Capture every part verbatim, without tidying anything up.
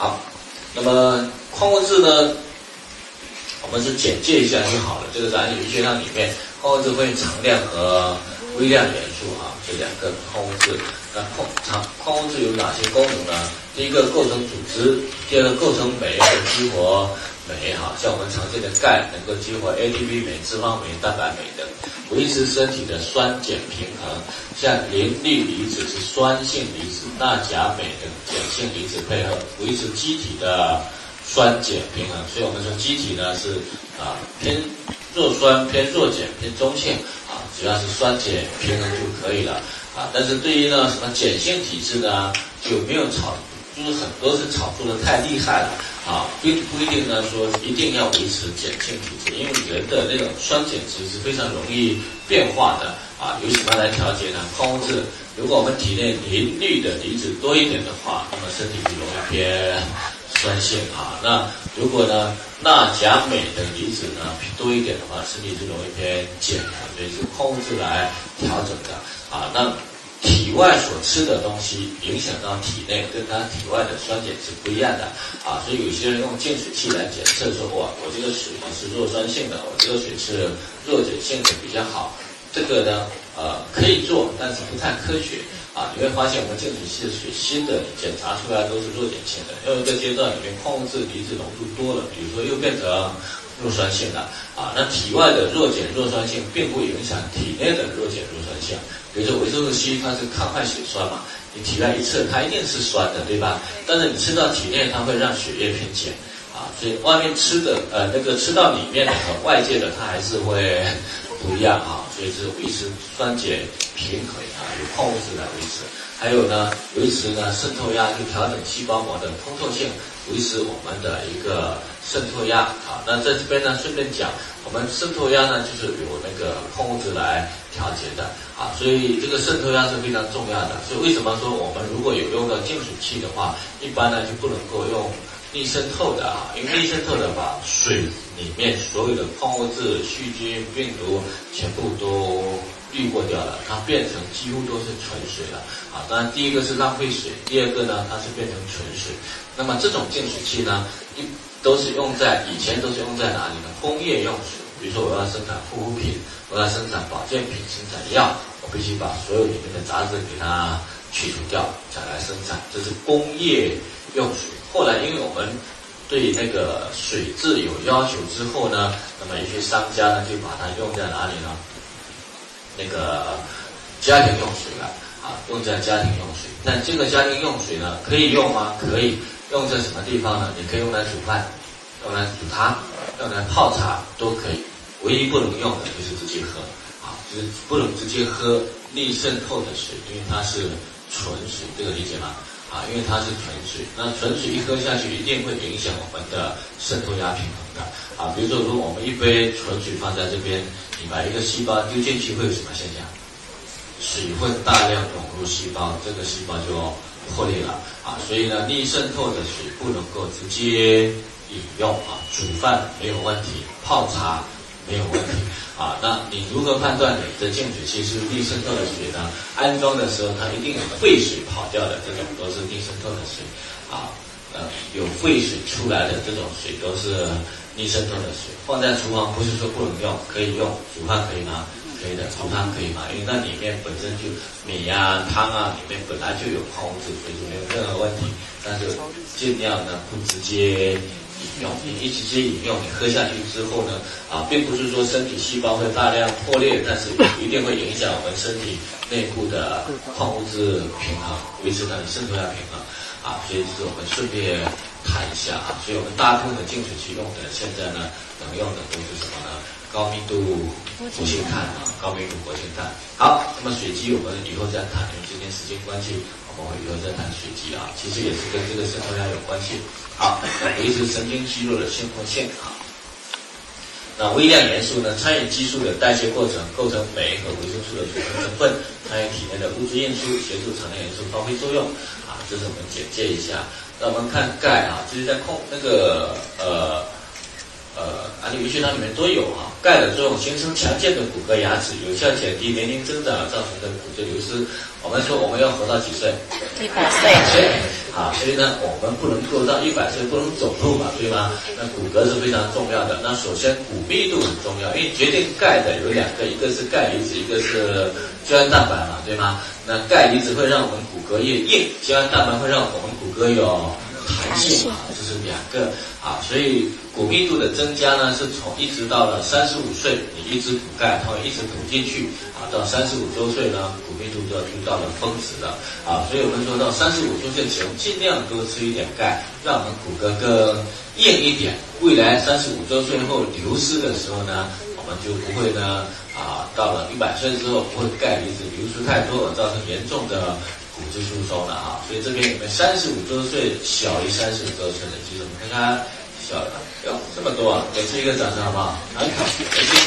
好，那么矿物质呢，我们是简介一下就好了。这个在氨基鱼血汤里面，矿物质分常量和微量元素啊，这两个矿物质。那矿常矿物质有哪些功能呢？第一个构成组织，第二个构成酶和激活酶哈，像我们常见的钙能够激活 A T P 酶、脂肪酶、蛋白酶等，维持身体的酸碱平衡。像磷氯离子是酸性离子，钠钾镁等碱性离子配合，维持机体的酸碱平衡。所以我们说机体呢是啊偏弱酸、偏弱碱、偏中性啊，只要是酸碱平衡就可以了啊。但是对于呢什么碱性体质呢，就没有炒。就是很多是炒作的太厉害了啊，并不一定呢说一定要维持碱性体质，因为人的那种酸碱值是非常容易变化的啊。有什么来调节呢？矿物质，如果我们体内磷氯的离子多一点的话，那么身体就容易偏酸性啊。那如果呢钠钾镁的离子呢多一点的话，身体就容易偏碱，所以是矿物质来调整的啊。那体外所吃的东西影响到体内，跟它体外的酸碱是不一样的啊，所以有些人用净水器来检测说，哇，我这个水呢是弱酸性的，我这个水是弱碱性的比较好。这个呢，呃，可以做，但是不太科学啊。你会发现我们净水器的水新的检查出来都是弱碱性的，因为这阶段里面矿物质离子浓度多了，比如说又变成弱酸性了啊。那体外的弱碱弱酸性并不影响体内的弱碱弱酸性。比如说维生素 C 它是抗坏血酸嘛，你体外一测它一定是酸的，对吧？但是你吃到体内，它会让血液偏碱啊，所以外面吃的呃那个吃到里面的和外界的它还是会不一样啊，所以是维持酸碱平衡啊，有矿物质来维持。还有呢，维持呢渗透压，就调整细胞膜的通透性，维持我们的一个渗透压啊。那在这边呢，顺便讲，我们渗透压呢就是有那个矿物质来调节的啊，所以这个渗透压是非常重要的。所以为什么说我们如果有用到净水器的话，一般呢就不能够用逆渗透的啊，因为逆渗透的把水里面所有的矿物质、细菌、病毒全部都滤过掉了，它变成几乎都是纯水了啊。当然第一个是浪费水，第二个呢它是变成纯水。那么这种净水器呢，一都是用在以前都是用在哪里呢？工业用水，比如说我要生产护肤品，我要生产保健品、生产药，我必须把所有里面的杂质给它去除掉，再来生产，这是工业用水。后来因为我们对那个水质有要求之后呢，那么一些商家呢就把它用在哪里呢？那个家庭用水了啊，用在家庭用水。但这个家庭用水呢，可以用吗？可以用在什么地方呢？你可以用来煮饭，用来煮汤，用来泡茶都可以。唯一不能用的就是直接喝啊，就是不能直接喝逆渗透的水，因为它是纯水，这个理解吗？啊，因为它是纯水，那纯水一喝下去，一定会影响我们的渗透压平衡的啊。比如说，如果我们一杯纯水放在这边，你把一个细胞丢进去，会有什么现象？水会大量涌入细胞，这个细胞就破裂了啊。所以呢，逆渗透的水不能够直接饮用啊。煮饭没有问题，泡茶没有问题啊。那你如何判断你的净水器是逆渗透的水呢？安装的时候它一定有废水跑掉的，这种都是逆渗透的水啊。呃，有废水出来的这种水都是逆渗透的水。放在厨房不是说不能用，可以用。煮饭可以吗？可以的。煮汤可以吗？因为那里面本身就米啊、汤啊里面本来就有矿物质，所以就没有任何问题。但是尽量呢不直接饮用，你一直接饮用，你喝下去之后呢，啊，并不是说身体细胞会大量破裂，但是一定会影响我们身体内部的矿物质平衡，维持它的渗透压平衡，啊，所以就是我们顺便谈一下啊，所以我们大部分的净水器用的现在呢，能用的都是什么呢？高密度活性炭啊，高密度活性炭。好，那么水机我们以后再谈，因为今天时间关系，我们会以后再谈水机啊，其实也是跟这个渗透压有关系。好，维持神经肌肉的渗透性啊。那微量元素呢，参与激素的代谢过程，构成酶和维生素的组成成分，参与体内的物质运输，协助常量元素发挥作用啊。这是我们简介一下。那我们看钙啊，这是在控那个呃呃氨基鱼血汤里面都有啊。 钙的作用，形成强健的骨骼牙齿，有效减低年龄增长造成的骨质流失。我们说我们要活到几岁？ 一百岁。 对，好，所以呢，我们不能够到一百岁不能走路嘛，对吗？那骨骼是非常重要的。那首先骨密度很重要，因为决定钙的有两个，一个是钙离子，一个是胶原蛋白嘛，对吗？那钙离子会让我们骨骼越硬，胶原蛋白会让我们骨骼有弹性啊，这是两个啊，所以骨密度的增加呢，是从一直到了三十五岁，你一直补钙，它会一直补进去啊，到三十五周岁呢，骨密度就要就到了峰值了啊，所以我们说到三十五周岁前，尽量多吃一点钙，让我们骨骼更硬一点，未来三十五周岁后流失的时候呢，我们就不会呢啊，到了一百岁之后，不会钙离子流失太多，而造成严重的骨质疏松了啊，所以这边你们三十五周岁小于三十五周岁的记住，看看小的哟这么多啊，给自己一个掌声好不好？很好，开心。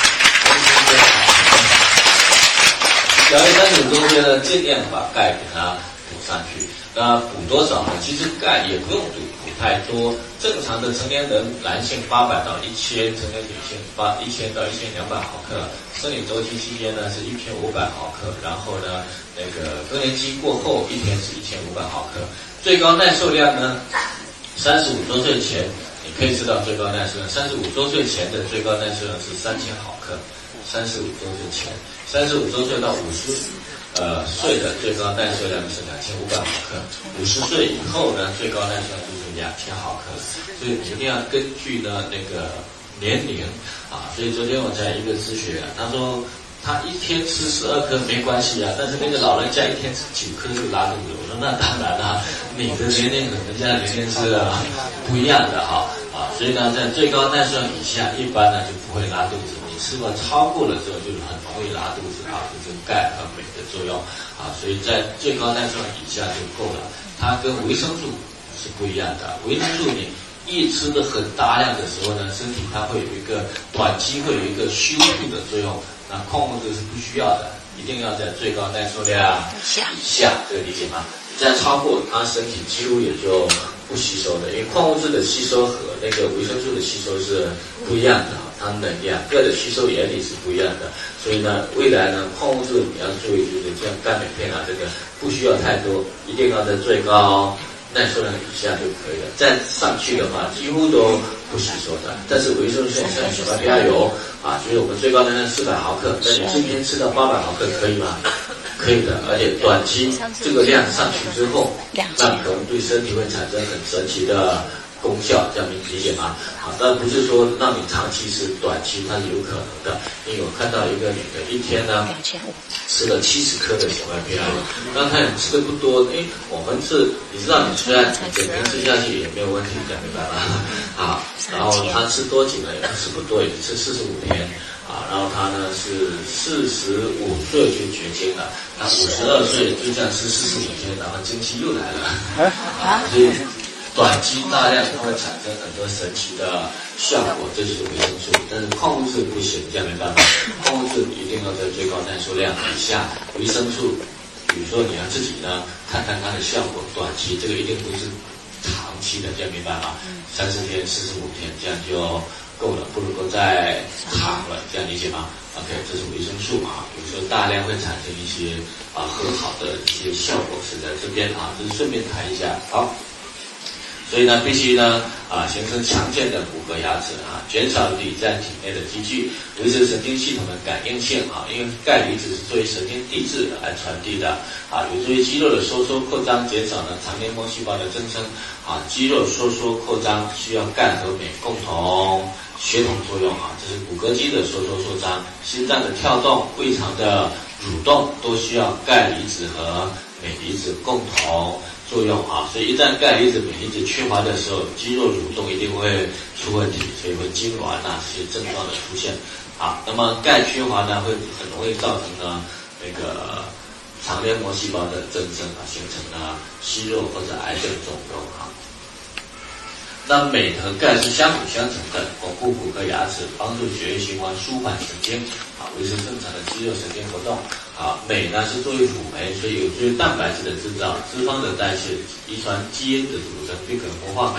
小于三十五周岁呢，尽量把钙给它补上去。那补多少呢？其实钙也不用补补太多，正常的成年人男性八百到一千，成年女性八一千到一千两百毫克。生理周期期间呢是一千五百毫克，然后呢那个更年期过后一天是一千五百毫克。最高耐受量呢，三十五周岁前你可以吃到最高耐受量，三十五周岁前的最高耐受量是三千毫克。三十五周岁前，三十五周岁到五十呃岁的最高耐受量是两千五百毫克，五十岁以后呢最高耐受量就是两千毫克，所以一定要根据呢那个年龄啊，所以昨天我在一个咨询啊，他说他一天吃十二颗没关系啊，但是那个老人家一天吃九颗就拉肚子。我说那当然了，你的年龄和人家的年龄是不一样的哈啊，所以呢，在最高耐受量以下，一般呢就不会拉肚子。你吃过超过了之后，就很容易拉肚子啊，这是钙和镁的作用啊，所以在最高耐受量以下就够了。它跟维生素是不一样的，维生素你一吃的很大量的时候呢，身体它会有一个短期会有一个修复的作用。那矿物质是不需要的，一定要在最高耐受量以下，这个理解吗？再超过，它身体几乎也就不吸收的，因为矿物质的吸收和那个维生素的吸收是不一样的，它们两个的吸收原理是不一样的。所以呢，未来呢，矿物质你要注意，就是像钙镁片啊，这个不需要太多，一定要在最高耐受量以下就可以了。再上去的话，几乎都不吸收的。但是维生素像小麦胚芽油啊，所以我们最高能量四百毫克，那你今天吃到八百毫克可以吗？可以的，而且短期这个量上去之后，那可能对身体会产生很神奇的功效，这样你理解吗？好，但不是说让你长期吃，短期它是有可能的。因为我看到一个女的，一天呢吃了七十颗的小麦胚芽油，刚才你吃的不多，哎，我们是，你知道你虽然整天吃下去也没有问题，这样明白吗？好，然后她吃多久呢？也吃不多，也吃四十五天。啊，然后他呢是四十五岁就绝经了，他五十二岁就这样吃四十五天，然后经期又来了，啊，所以短期大量它会产生很多神奇的效果，这就是维生素。但是矿物质不行，这样明白吗？矿物质一定要在最高耐受量以下，维生素，比如说你要自己呢看看它的效果，短期这个一定不是长期的，这样明白吗？三十天、四十五天，这样就够了，不能够再长了，这样理解吗 ？OK， 这是维生素啊，有时候大量会产生一些啊很好的一些效果是在这边啊，这是顺便谈一下。好，所以呢，必须呢啊形成强健的骨骼牙齿啊，减少锂在体内的积聚，维持神经系统的感应性啊，因为钙离子是作为神经递质来传递的啊，有助于肌肉的收缩扩张，减少呢肠黏膜细胞的增生啊，肌肉收缩扩张需要钙和镁共同协同作用啊，这是骨骼肌的收缩扩张，心脏的跳动、胃肠的蠕动都需要钙离子和镁离子共同作用啊，所以一旦钙离子、镁离子缺乏的时候，肌肉蠕动一定会出问题，所以会痉挛啊这些症状的出现啊。那么钙缺乏呢，会很容易造成呢那个肠黏膜细胞的增生啊，形成呢息肉或者癌症肿瘤啊。那镁和钙是相辅相成的，巩固骨骼牙齿，帮助血液循环，舒缓神经，啊，维持正常的肌肉神经活动。啊，镁呢是作为辅酶，所以有助于蛋白质的制造、脂肪的代谢、遗传基因的组成，并可活化酶，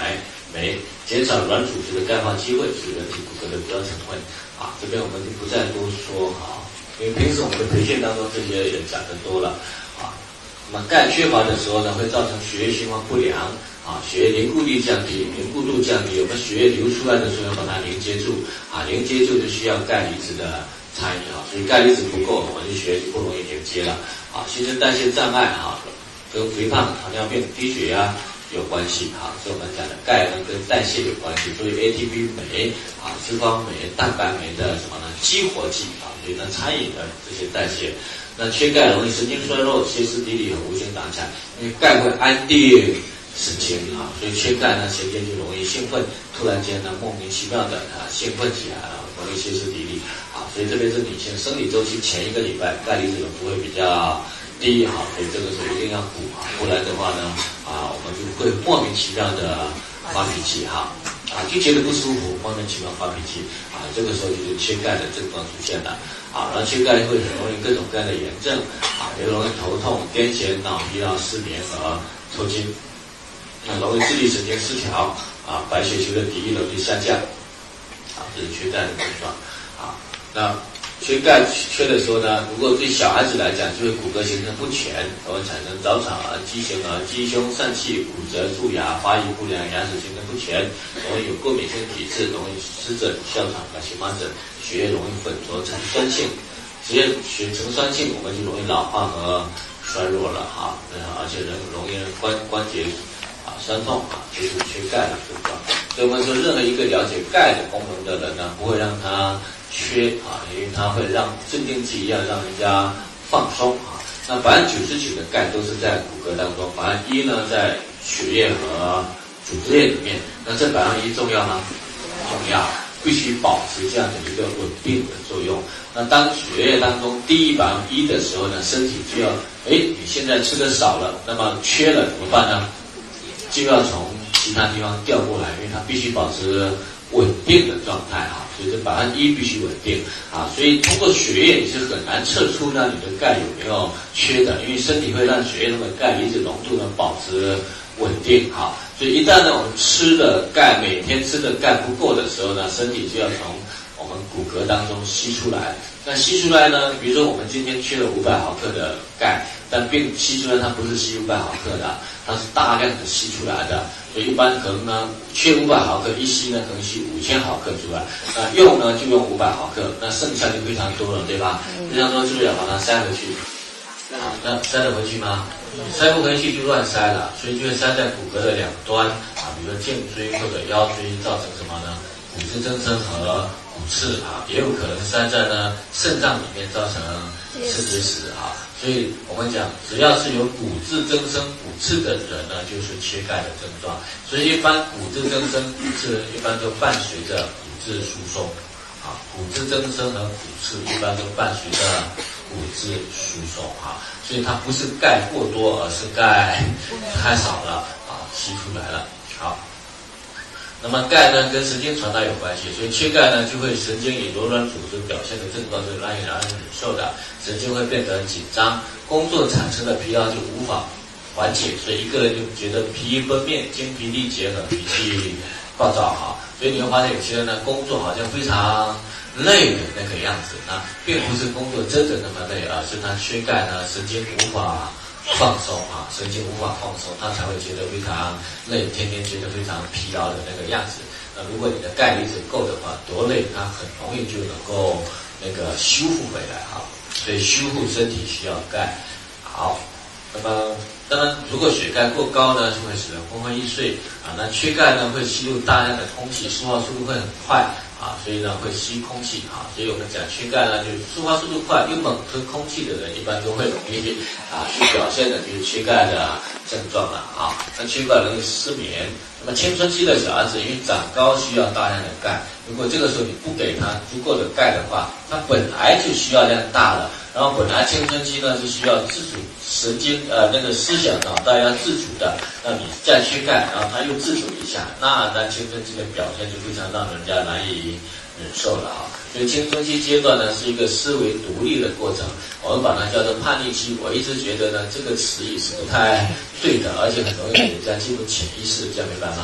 酶，减少软组织的钙化机会，是人体骨骼的主要成分。啊，这边我们就不再多说啊，因为平时我们的培训当中这些也讲得多了啊。那么钙缺乏的时候呢，会造成血液循环不良啊，血液凝固力降低，凝固度降低，我们血液流出来的时候要把它凝结住啊，凝结住就需要钙离子的参与啊，所以钙离子不够，我们的血液就不容易凝结了啊，新陈代谢障碍啊，跟肥胖、糖尿病、低血压有关系啊，所以我们讲的钙呢跟代谢有关系，所以 A T P 酶啊、脂肪酶、蛋白酶的什么呢？激活剂啊，所以呢参与的这些代谢。那缺钙容易神经衰弱、歇斯底里和无精打采，因为钙会安定神经啊，所以缺钙呢，神经就容易兴奋，突然间呢莫名其妙的啊兴奋起来啊，容易歇斯底里啊，所以特别是女性生理周期前一个礼拜，钙离子浓度会比较低哈，所以这个时候一定要补啊，不然的话呢啊，我们就会莫名其妙的发脾气哈。啊，就觉得不舒服，莫名其妙发脾气啊，这个时候就是缺钙的症状出现了啊，然后缺钙会很容易各种各样的炎症啊，也容易头痛、癫痫、脑疲劳、失眠和抽筋，那容易自律神经失调啊，白血球的抵御能力下降啊，这是缺钙的症状啊。那缺钙缺的时候呢，如果对小孩子来讲，就会骨骼形成不全，容易产生早产儿、畸形儿、鸡胸疝气、骨折、蛀牙、发育不良、牙齿形成不全，容易有过敏性体质，容易湿疹、哮喘和荨麻疹，血液容易混浊成酸性，血液血成酸性，我们就容易老化和衰弱了哈，而且人容易关关节啊酸痛啊，就是缺钙的症状。所以我们说，任何一个了解钙的功能的人呢，不会让他缺啊，因为它会让镇定剂一样让人家放松啊。那百分之九十九的钙都是在骨骼当中，百分之一呢在血液和组织液里面。那这百分之一重要吗？重要，必须保持这样的一个稳定的作用。那当血液当中低于百分之一的时候呢，身体就要，哎，你现在吃的少了，那么缺了怎么办呢？就要从其他地方调过来，因为它必须保持稳定的状态啊，所以这百分之一必须稳定啊，所以通过血液你是很难测出呢你的钙有没有缺的，因为身体会让血液中的钙离子浓度呢保持稳定啊，所以一旦呢我们吃的钙每天吃的钙不够的时候呢，身体就要从我们骨骼当中吸出来。那吸出来呢，比如说我们今天缺了五百毫克的钙，但并吸出来它不是吸五百毫克的，它是大量的吸出来的。所以一般可能呢，缺五百毫克，一吸呢可能吸五千毫克出来，那用呢就用五百毫克，那剩下就非常多了，对吧？非常多是不是要把它塞回去？啊，那塞得回去吗？塞不回去就乱塞了，所以就会塞在骨骼的两端啊，比如说颈椎或者腰椎，造成什么呢？骨质增生和骨刺啊，也有可能塞在呢肾脏里面，造成肾结石啊。所以我们讲，只要是有骨质增生、骨刺的人呢，就是缺钙的症状。所以一般骨质增生、骨刺一般都伴随着骨质疏松啊，骨质增生和骨刺一般都伴随着骨质疏松啊。所以它不是钙过多，而是钙太少了啊，吸出来了。好。那么钙呢跟神经传导有关系，所以缺钙呢就会神经以柔软组织表现的症状是难以让人忍受的，神经会变得紧张，工作产生的疲劳就无法缓解，所以一个人就觉得疲于奔命、精疲力竭和脾气暴躁哈。所以你会发现有些人呢工作好像非常累的那个样子，那并不是工作真的那么累，而是他缺钙呢，神经无法放松啊，神经无法放松，他才会觉得非常累，天天觉得非常疲劳的那个样子。那如果你的钙离子够的话，多累它很容易就能够那个修复回来哈。所以修复身体需要钙。好，那么当然如果血钙过高呢，就会使人昏昏欲睡啊。那缺钙呢，会吸入大量的空气，舒化速度会很快。啊，所以呢会吸空气啊，所以我们讲缺钙呢，就是舒化速度快又猛吞空气的人，一般都会容易啊去表现的就是缺钙的症状了啊。那缺钙容易失眠，那么青春期的小孩子因为长高需要大量的钙，如果这个时候你不给他足够的钙的话，他本来就需要量大了，然后本来青春期呢是需要自主神经呃那个思想脑袋要自主的，那你再缺钙，然后他又自主一下，那那青春期的表现就非常让人家难以忍受了啊。所以青春期阶段呢是一个思维独立的过程，我们把它叫做叛逆期。我一直觉得呢这个词语是不太对的，而且很容易给人家进入潜意识，这样明白吗？啊，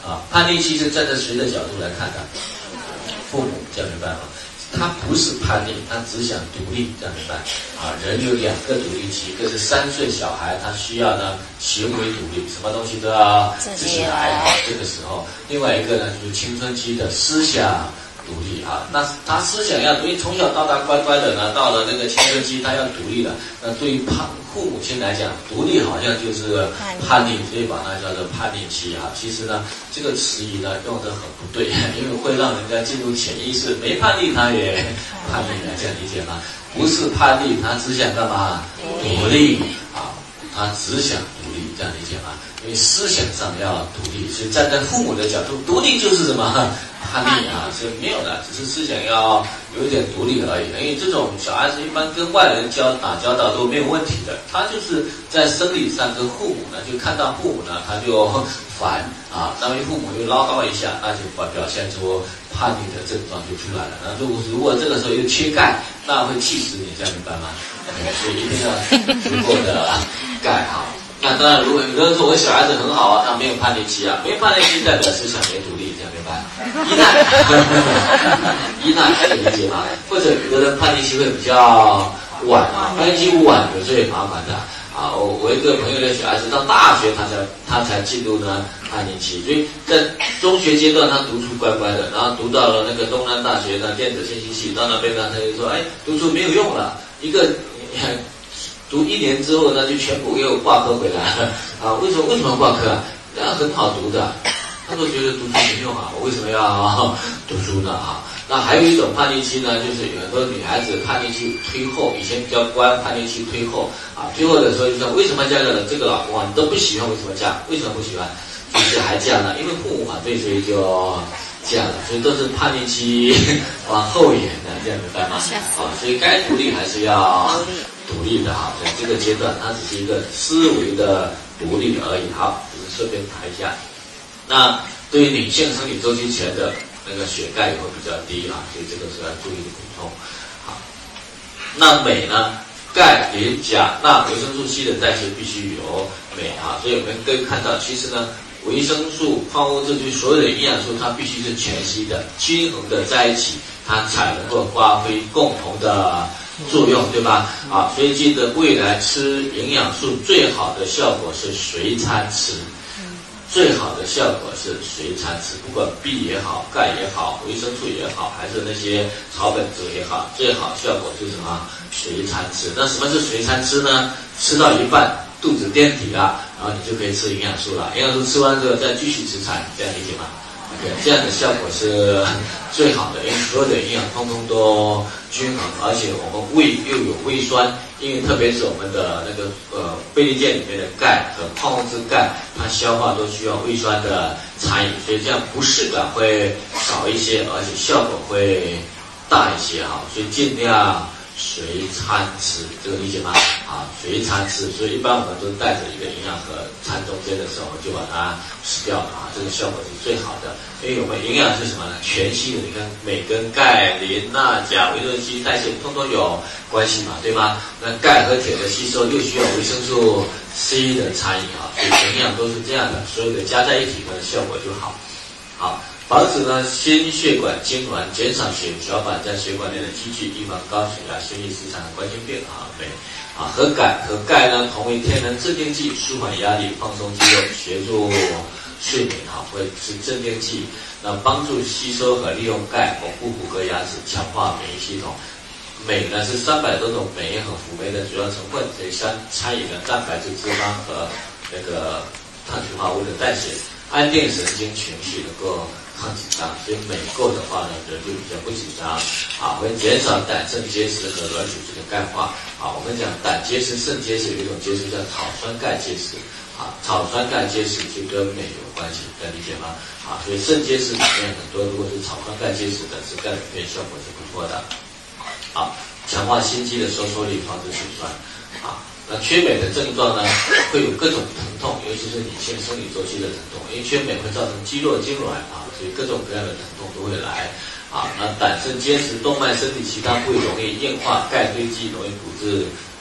啊，叛逆期是站在谁的角度来看的？父母，这样明白吗？他不是叛逆，他只想独立，这样明白？啊，人有两个独立期，一个是三岁小孩，他需要呢行为独立，什么东西都要自己来啊，这个时候；另外一个呢就是青春期的思想独立啊，那他思想要独立，从小到大乖乖的呢，到了那个青春期他要独立了。那对于叛父母亲来讲，独立好像就是叛逆，所以把它叫做叛逆期啊。其实呢，这个词语呢用得很不对，因为会让人家进入潜意识，没叛逆他也叛逆了，这样理解吗？不是叛逆，他只想干嘛？独立啊，他只想独立，这样理解吗？因为思想上要独立，所以站在父母的角度，独立就是什么？叛逆啊，是没有的，只是思想要有一点独立而已。因为这种小孩子一般跟外人交打交道都没有问题的，他就是在生理上跟父母呢，就看到父母呢他就烦啊，那么父母就唠叨一下，那就表现出叛逆的症状就出来了。那如果如果这个时候又缺钙，那会气死你，这样明白吗？所以一定要足够的钙哈。那当然，如果有的人说我小孩子很好啊，他没有叛逆期啊，没有叛逆期代表思想没独立，这样明白？依赖，依赖，可以理解吗？或者有的人叛逆期会比较晚啊，叛逆期晚有最麻烦的啊。我我一个朋友的小孩子到大学他才他才进入呢叛逆期，所以在中学阶段他读书乖乖的，然后读到了那个东南大学的电子信息系，到那边呢他就说，哎，读书没有用了，一个。读一年之后呢，就全部给我挂科回来了啊！为什么为什么挂科啊？那很好读的，他都觉得读书没用啊，我为什么要读书呢啊？那还有一种叛逆期呢，就是有很多女孩子叛逆期推后，以前比较乖，叛逆期推后啊，推后的时候就说为什么嫁了这个老公啊？你都不喜欢，为什么嫁？为什么不喜欢？就是还嫁了，因为父母反对，所以就嫁了，所以都是叛逆期往后延的，这样明白吗？啊，所以该独立还是要独立的哈，在这个阶段，它只是一个思维的独立而已。好，就是顺便谈一下。那对于女性生理周期前的那个血钙也会比较低啊，所以这个是要注意的补充。好，那镁呢？钙、磷、钾、钠、维生素 C 的代谢必须有镁啊，所以我们可以看到，其实呢，维生素、矿物质就所有的营养素，它必须是全息的、均衡的在一起，它才能够发挥共同的作用，对吧？啊，所以记得未来吃营养素最好的效果是随餐吃，最好的效果是随餐吃，不管 B 也好，钙也好，维生素也好，还是那些草本质也好，最好效果就是什么？随餐吃。那什么是随餐吃呢？吃到一半肚子垫底了，然后你就可以吃营养素了。营养素吃完之后再继续吃菜，这样理解吗？对，这样的效果是最好的，因为所有的营养通通都均衡，而且我们胃又有胃酸，因为特别是我们的那个呃贝利健里面的钙和矿物质钙，它消化都需要胃酸的参与，所以这样不适感会少一些，而且效果会大一些哈，所以尽量随餐吃，这个理解吗？啊，随餐吃，所以一般我们都带着一个营养盒，餐中间的时候我们就把它吃掉了啊，这个效果是最好的。因为我们营养是什么呢？全息的，你看镁跟钙、磷、钠、钾、维生素 C 代谢通通有关系嘛，对吗？那钙和铁的吸收又需要维生素 C 的参与啊，所以营养都是这样的，所有的加在一起呢，效果就好。好。防止呢心血管痉挛，减少血小板在血管内的积聚，预防高血压、心律失常的冠心病啊。镁啊和钙和钙呢同为天然镇定剂，舒缓压力、放松肌肉、协助睡眠啊，会是镇定剂，那帮助吸收和利用钙，巩固骨骼、牙齿，强化免疫系统。镁呢是三百多种镁和辅酶的主要成分，所以参参与了蛋白质、脂肪和那个碳水化合物的代谢，安定神经情绪，能够抗紧张，所以镁够的话呢，人就比较不紧张啊，会减少胆肾结石和软组织的钙化啊。我们讲胆结石、肾结石有一种结石叫草酸钙结石啊，草酸钙结石就跟镁有关系，能理解吗？啊，所以肾结石里面很多如果是草酸钙结石的，是钙镁片效果是不错的。啊，强化心肌的收缩力，防止血栓啊。那缺镁的症状呢，会有各种疼痛，尤其是女性生理周期的疼痛，因为缺镁会造成肌肉痉挛啊，所以各种各样的疼痛都会来啊。那胆肾结石、动脉、身体其他部位容易硬化，钙堆积容易骨质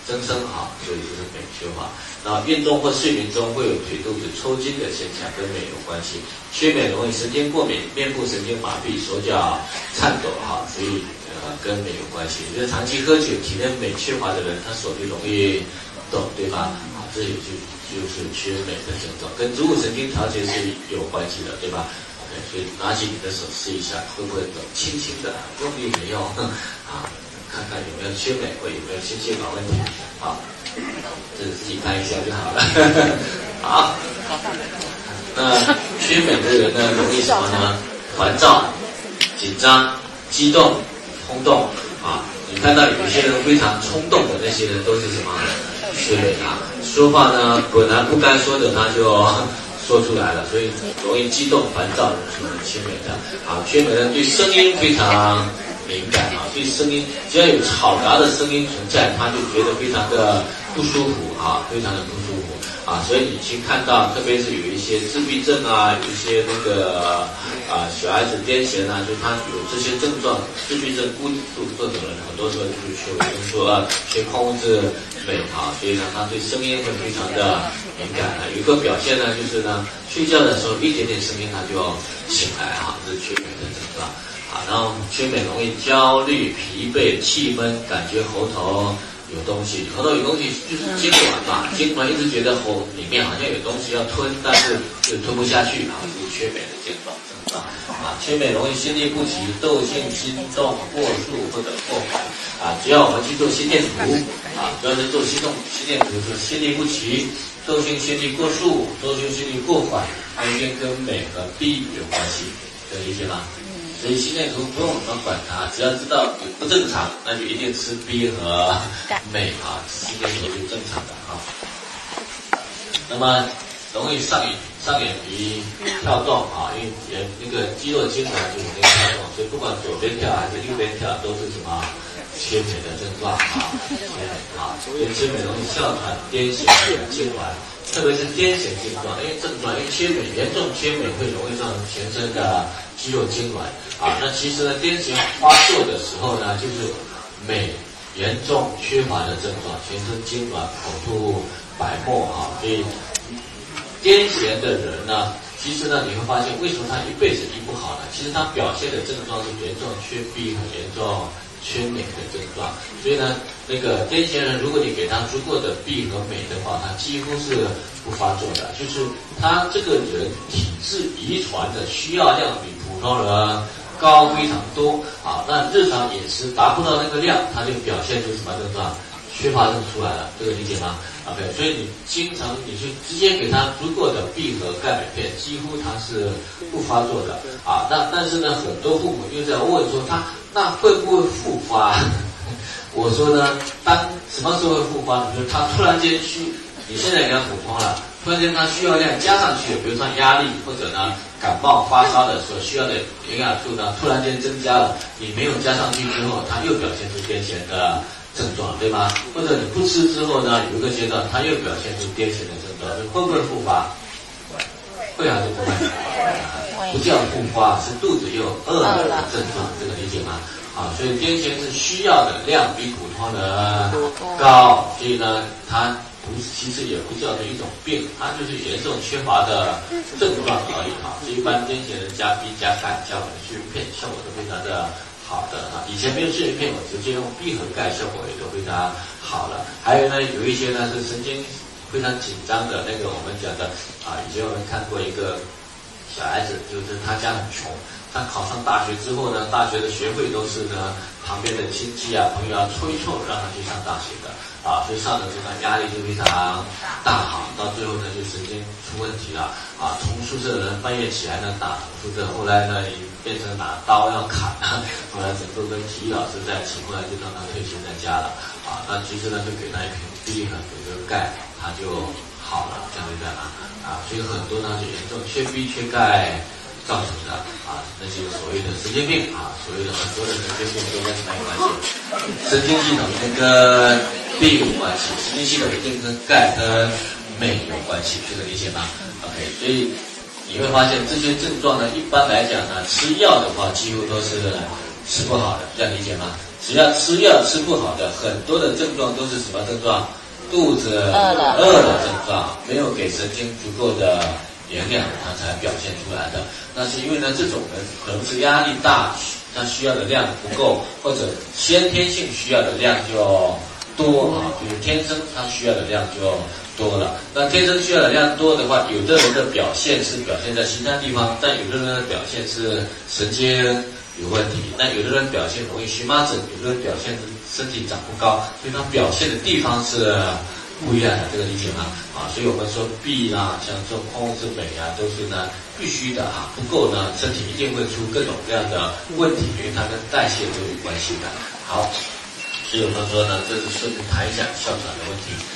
增生啊，所以就是镁缺乏。然后运动或睡眠中会有腿肚子抽筋的现象，跟镁有关系。缺镁容易神经过敏、面部神经麻痹、手脚颤抖哈，所以呃跟镁有关系。就是长期喝酒、体内镁缺乏的人，他手就容易抖，对吧？啊，这也就就是缺镁的症状，跟植物神经调节是有关系的，对吧？所以拿起你的手试一下，会不会抖？轻轻的，用力没用啊，看看有没有缺镁或有没有心血管问题啊，这自己看一下就好了。好，那缺镁的人呢，容易什么呢？烦躁、紧张、激动、冲动啊。你看到有一些人非常冲动的那些人，都是什么？缺镁啊。说话呢，本来不该说的，他就说出来了，所以容易激动、烦躁的是缺镁的啊。缺镁呢，对声音非常敏感啊，对声音只要有嘈杂的声音存在，他就觉得非常的不舒服啊，非常的不舒服啊。所以你去看到，特别是有一些自闭症啊，有一些那个啊小孩子癫痫啊，就他有这些症状，自闭症、孤独这种人，很多时候就是缺维生素啊，缺矿物质镁啊，所以呢，他对声音会非常的敏感啊。有一个表现呢，就是呢，睡觉的时候一点点声音他就醒来啊，这是缺镁的症状啊。然后缺镁容易焦虑、疲惫、气闷，感觉喉头有东西，喉头有东西就是痉挛嘛，痉挛一直觉得喉里面好像有东西要吞，但是又吞不下去啊，这是缺镁的症状症状啊。缺镁容易心律不齐、窦性心动过速或者过缓啊。只要我们去做心电图啊，主要是做心动心电图，就是心律不齐、窦性心律过速、窦性心律过缓，那一定跟镁和 B 有关系，可以理解吗？所以心电图不用我们管它，只要知道有不正常，那就一定吃 B 和镁啊，心电图是正常的啊。那么容易上眼上眼皮跳动啊，因为那个肌肉痉挛就容易跳动，所以不管左边跳还是右边跳，都是什么缺镁的症状啊，缺镁啊，所以缺镁容易哮喘、癫痫、痉挛。特别是癫痫症状，因为症状，因为缺镁严重缺镁会容易造成全身的肌肉痉挛啊。那其实呢，癫痫发作的时候呢，就是镁严重缺乏的症状，全身痉挛、口吐白沫啊。所以癫痫的人呢，其实呢，你会发现为什么他一辈子医不好呢？其实他表现的症状是严重缺 B 和严重缺镁的症状。所以呢，那个癫痫人，如果你给他足够的 B 和镁的话，他几乎是不发作的。就是他这个人体质遗传的需要量比普通人高非常多啊。那日常饮食达不到那个量，他就表现出什么症状？缺乏症出来了，这个理解吗 ？OK， 所以你经常你就直接给他足够的 B 和钙镁片，几乎他是不发作的啊。那但是呢，很多父母又在问说他那会不会复发？我说呢，当什么时候会复发？就是他突然间需，你现在给他补充了，突然间他需要量加上去了，比如说压力或者呢感冒发烧的时候需要的营养素呢突然间增加了，你没有加上去之后，他又表现出癫痫的症状，对吗？或者你不吃之后呢，有一个阶段他又表现出癫痫的症状，会不会复发？会还是不会？不叫复发，是肚子又饿了的症状，这个理解吗？啊，所以癫痫是需要的量比普通人高，所以呢，它不是，其实也不叫做一种病，它就是严重缺乏的症状而已啊。所以一般癫痫人加 B 加钙加我们睡眠片，效果都非常的好的啊。以前没有睡眠片，我直接用 B 和钙，效果也都非常好了。还有呢，有一些呢是神经非常紧张的那个，我们讲的啊，以前我们看过一个小孩子，就是他家很穷。他考上大学之后呢，大学的学费都是呢旁边的亲戚啊、朋友啊催促让他去上大学的啊，所以上的时候压力就非常大哈，到最后呢就神经出问题了啊，同宿舍的人半夜起来呢打同宿舍，后来呢也变成拿刀要砍，后来整个跟体育老师在一起，后来就让他退休在家了啊，那其实呢就给他一瓶 B 和给个钙，他就好了，这样明白吗？啊，所以很多呢就严重缺 B 缺钙造成的啊，那些所谓的神经病啊，所谓的很多的神经病都跟什么有关系？神经系统一定跟 B 有关系，神经系统一定跟钙跟镁有关系，这个理解吗 ？OK， 所以你会发现这些症状呢，一般来讲呢，吃药的话几乎都是吃不好的，这样理解吗？ 只要吃药吃不好的，很多的症状都是什么症状？肚子饿了饿的症状，没有给神经足够的营养，它才表现出来的。那是因为呢，这种人可能是压力大，他需要的量不够，或者先天性需要的量就多啊，比如天生他需要的量就多了。那天生需要的量多的话，有的人的表现是表现在其他地方，但有的人的表现是神经有问题，那有的人表现容易荨麻疹，有的人表现身体长不高，所以他表现的地方是不一样的，这个理解吗？啊，所以我们说 B 啦，像这种矿物质镁啊，都是呢必须的哈，不够呢，身体一定会出各种各样的问题，因为它跟代谢都有关系的。好，所以我们说呢，这是顺便谈一下哮喘的问题。